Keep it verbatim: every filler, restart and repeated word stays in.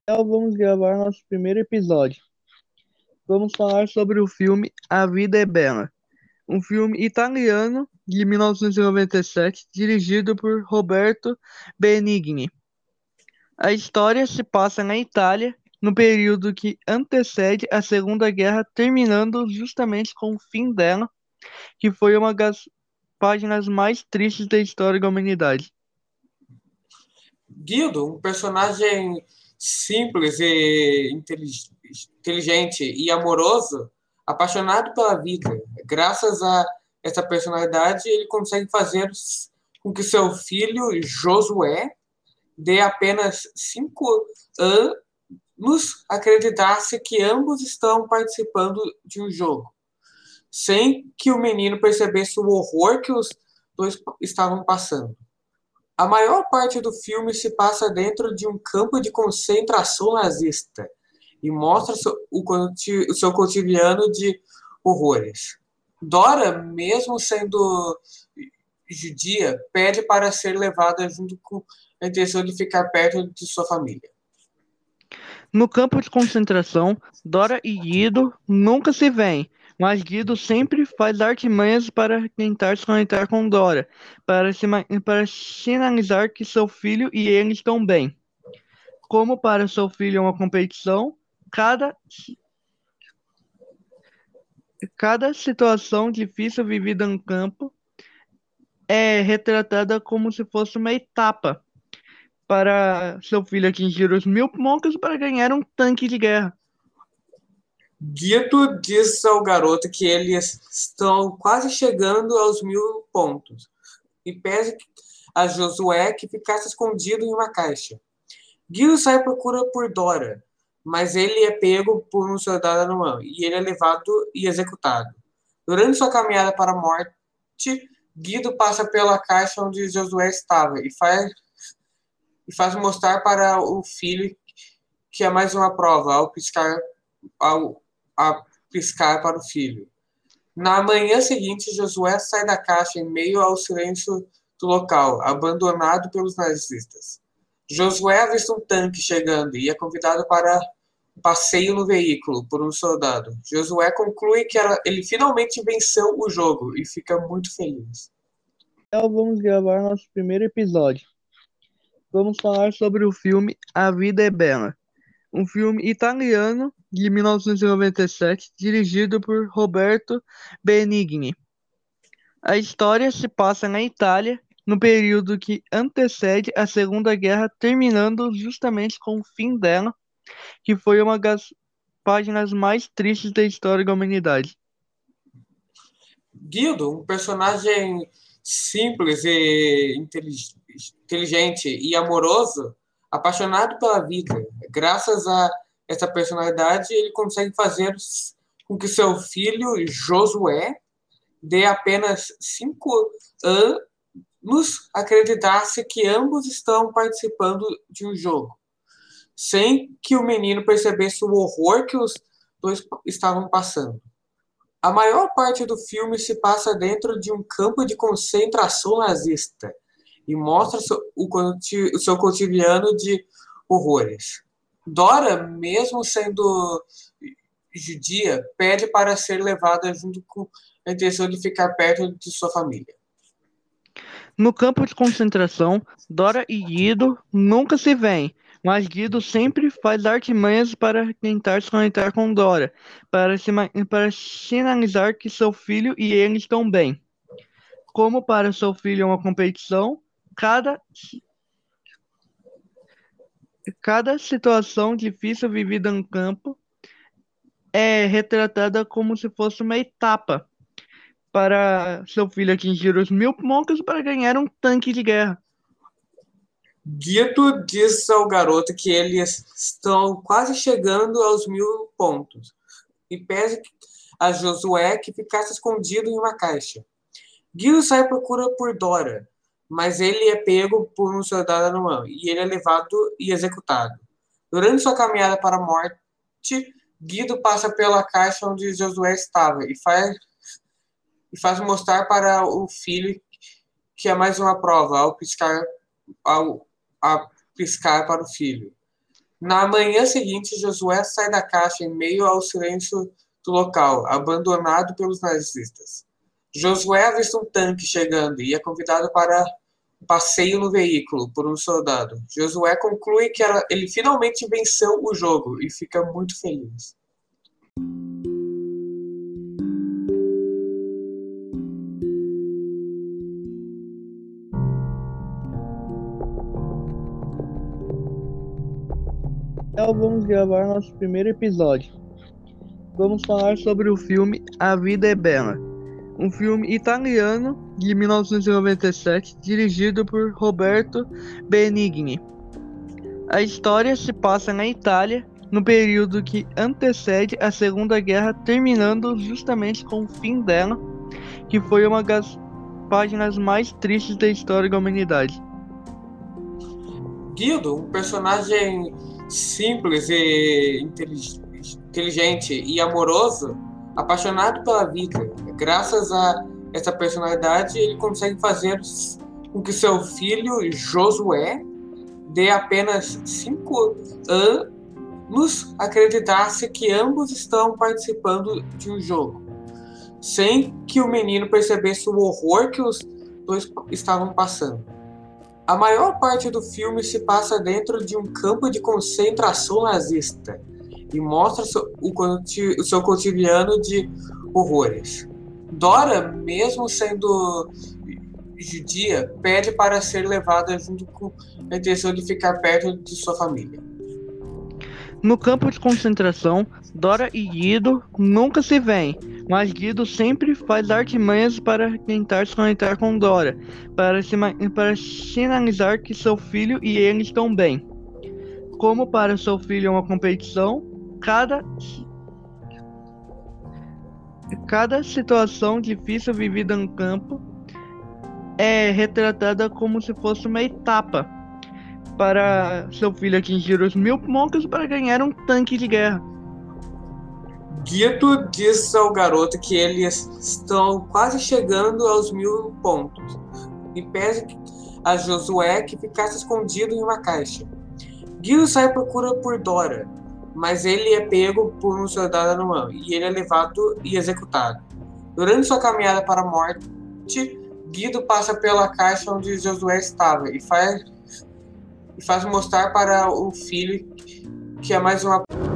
Então, vamos gravar nosso primeiro episódio. Vamos falar sobre o filme A Vida é Bela, um filme italiano de mil novecentos e noventa e sete, dirigido por Roberto Benigni. A história se passa na Itália, no período que antecede a Segunda Guerra, terminando justamente com o fim dela, que foi uma das páginas mais tristes da história da humanidade. Guido, um personagem simples e intelig- inteligente e amoroso, apaixonado pela vida. Graças a essa personalidade, ele consegue fazer com que seu filho Josué de apenas cinco anos acreditasse que ambos estão participando de um jogo, sem que o menino percebesse o horror que os dois estavam passando. A maior parte do filme se passa dentro de um campo de concentração nazista e mostra o, o seu cotidiano de horrores. Dora, mesmo sendo judia, pede para ser levada junto com a intenção de ficar perto de sua família. No campo de concentração, Dora e Guido nunca se veem, mas Guido sempre faz artimanhas para tentar se conectar com Dora, para, se, ma- para sinalizar que seu filho e ele estão bem. Como para seu filho é uma competição, cada, cada situação difícil vivida no campo é retratada como se fosse uma etapa para seu filho atingir os mil pontos para ganhar um tanque de guerra. Guido diz ao garoto que eles estão quase chegando aos mil pontos e pede a Josué que ficasse escondido em uma caixa. Guido sai à procura por Dora, mas ele é pego por um soldado alemão e ele é levado e executado. Durante sua caminhada para a morte, Guido passa pela caixa onde Josué estava e faz, e faz mostrar para o filho que é mais uma prova ao piscar, ao, a piscar para o filho. Na manhã seguinte, Josué sai da caixa em meio ao silêncio do local, abandonado pelos nazistas. Josué avista um tanque chegando e é convidado para um passeio no veículo por um soldado. Josué conclui que ela, ele finalmente venceu o jogo e fica muito feliz. Então, vamos gravar nosso primeiro episódio. Vamos falar sobre o filme A Vida é Bela, um filme italiano de mil novecentos e noventa e sete, dirigido por Roberto Benigni. A história se passa na Itália, no período que antecede a Segunda Guerra, terminando justamente com o fim dela, que foi uma das páginas mais tristes da história da humanidade. Guido, um personagem simples e inteligente e amoroso, apaixonado pela vida. Graças a essa personalidade, ele consegue fazer com que seu filho Josué de apenas cinco anos acreditasse que ambos estão participando de um jogo, sem que o menino percebesse o horror que os dois estavam passando. A maior parte do filme se passa dentro de um campo de concentração nazista e mostra o, o seu cotidiano de horrores. Dora, mesmo sendo judia, pede para ser levada junto com a intenção de ficar perto de sua família. No campo de concentração, Dora e Guido nunca se veem, mas Guido sempre faz artimanhas para tentar se conectar com Dora, para, se, ma- para sinalizar que seu filho e ele estão bem. Como para seu filho é uma competição, cada, cada situação difícil vivida no campo é retratada como se fosse uma etapa para seu filho atingir os mil pontos para ganhar um tanque de guerra. Guido diz ao garoto que eles estão quase chegando aos mil pontos e pede a Josué que ficasse escondido em uma caixa. Guido sai à procura por Dora, mas ele é pego por um soldado alemão e ele é levado e executado. Durante sua caminhada para a morte, Guido passa pela caixa onde Josué estava e faz, e faz mostrar para o filho que é mais uma prova ao piscar, ao, a piscar para o filho. Na manhã seguinte, Josué sai da caixa em meio ao silêncio do local, abandonado pelos nazistas. Josué avista um tanque chegando e é convidado para um passeio no veículo por um soldado. Josué conclui que ela, ele finalmente venceu o jogo e fica muito feliz. Então vamos gravar nosso primeiro episódio. Vamos falar sobre o filme A Vida é Bela, um filme italiano de mil novecentos e noventa e sete, dirigido por Roberto Benigni. A história se passa na Itália, no período que antecede a Segunda Guerra, terminando justamente com o fim dela, que foi uma das páginas mais tristes da história da humanidade. Guido, um personagem simples e inteligente e amoroso, apaixonado pela vida. Graças a essa personalidade, ele consegue fazer com que seu filho Josué, de apenas cinco anos, acreditasse que ambos estão participando de um jogo, sem que o menino percebesse o horror que os dois estavam passando. A maior parte do filme se passa dentro de um campo de concentração nazista e mostra o seu cotidiano de horrores. Dora, mesmo sendo judia, pede para ser levada junto com a intenção de ficar perto de sua família. No campo de concentração, Dora e Guido nunca se veem, mas Guido sempre faz artimanhas para tentar se conectar com Dora, para, se, para sinalizar que seu filho e ele estão bem. Como para seu filho é uma competição, cada, cada situação difícil vivida no campo é retratada como se fosse uma etapa para seu filho atingir os mil pontos para ganhar um tanque de guerra. Guido diz ao garoto que eles estão quase chegando aos mil pontos e pede a Josué que ficasse escondido em uma caixa. Guido sai à procura por Dora, mas ele é pego por um soldado alemão e ele é levado e executado. Durante sua caminhada para a morte, Guido passa pela caixa onde Josué estava e faz, e faz mostrar para o filho que é mais uma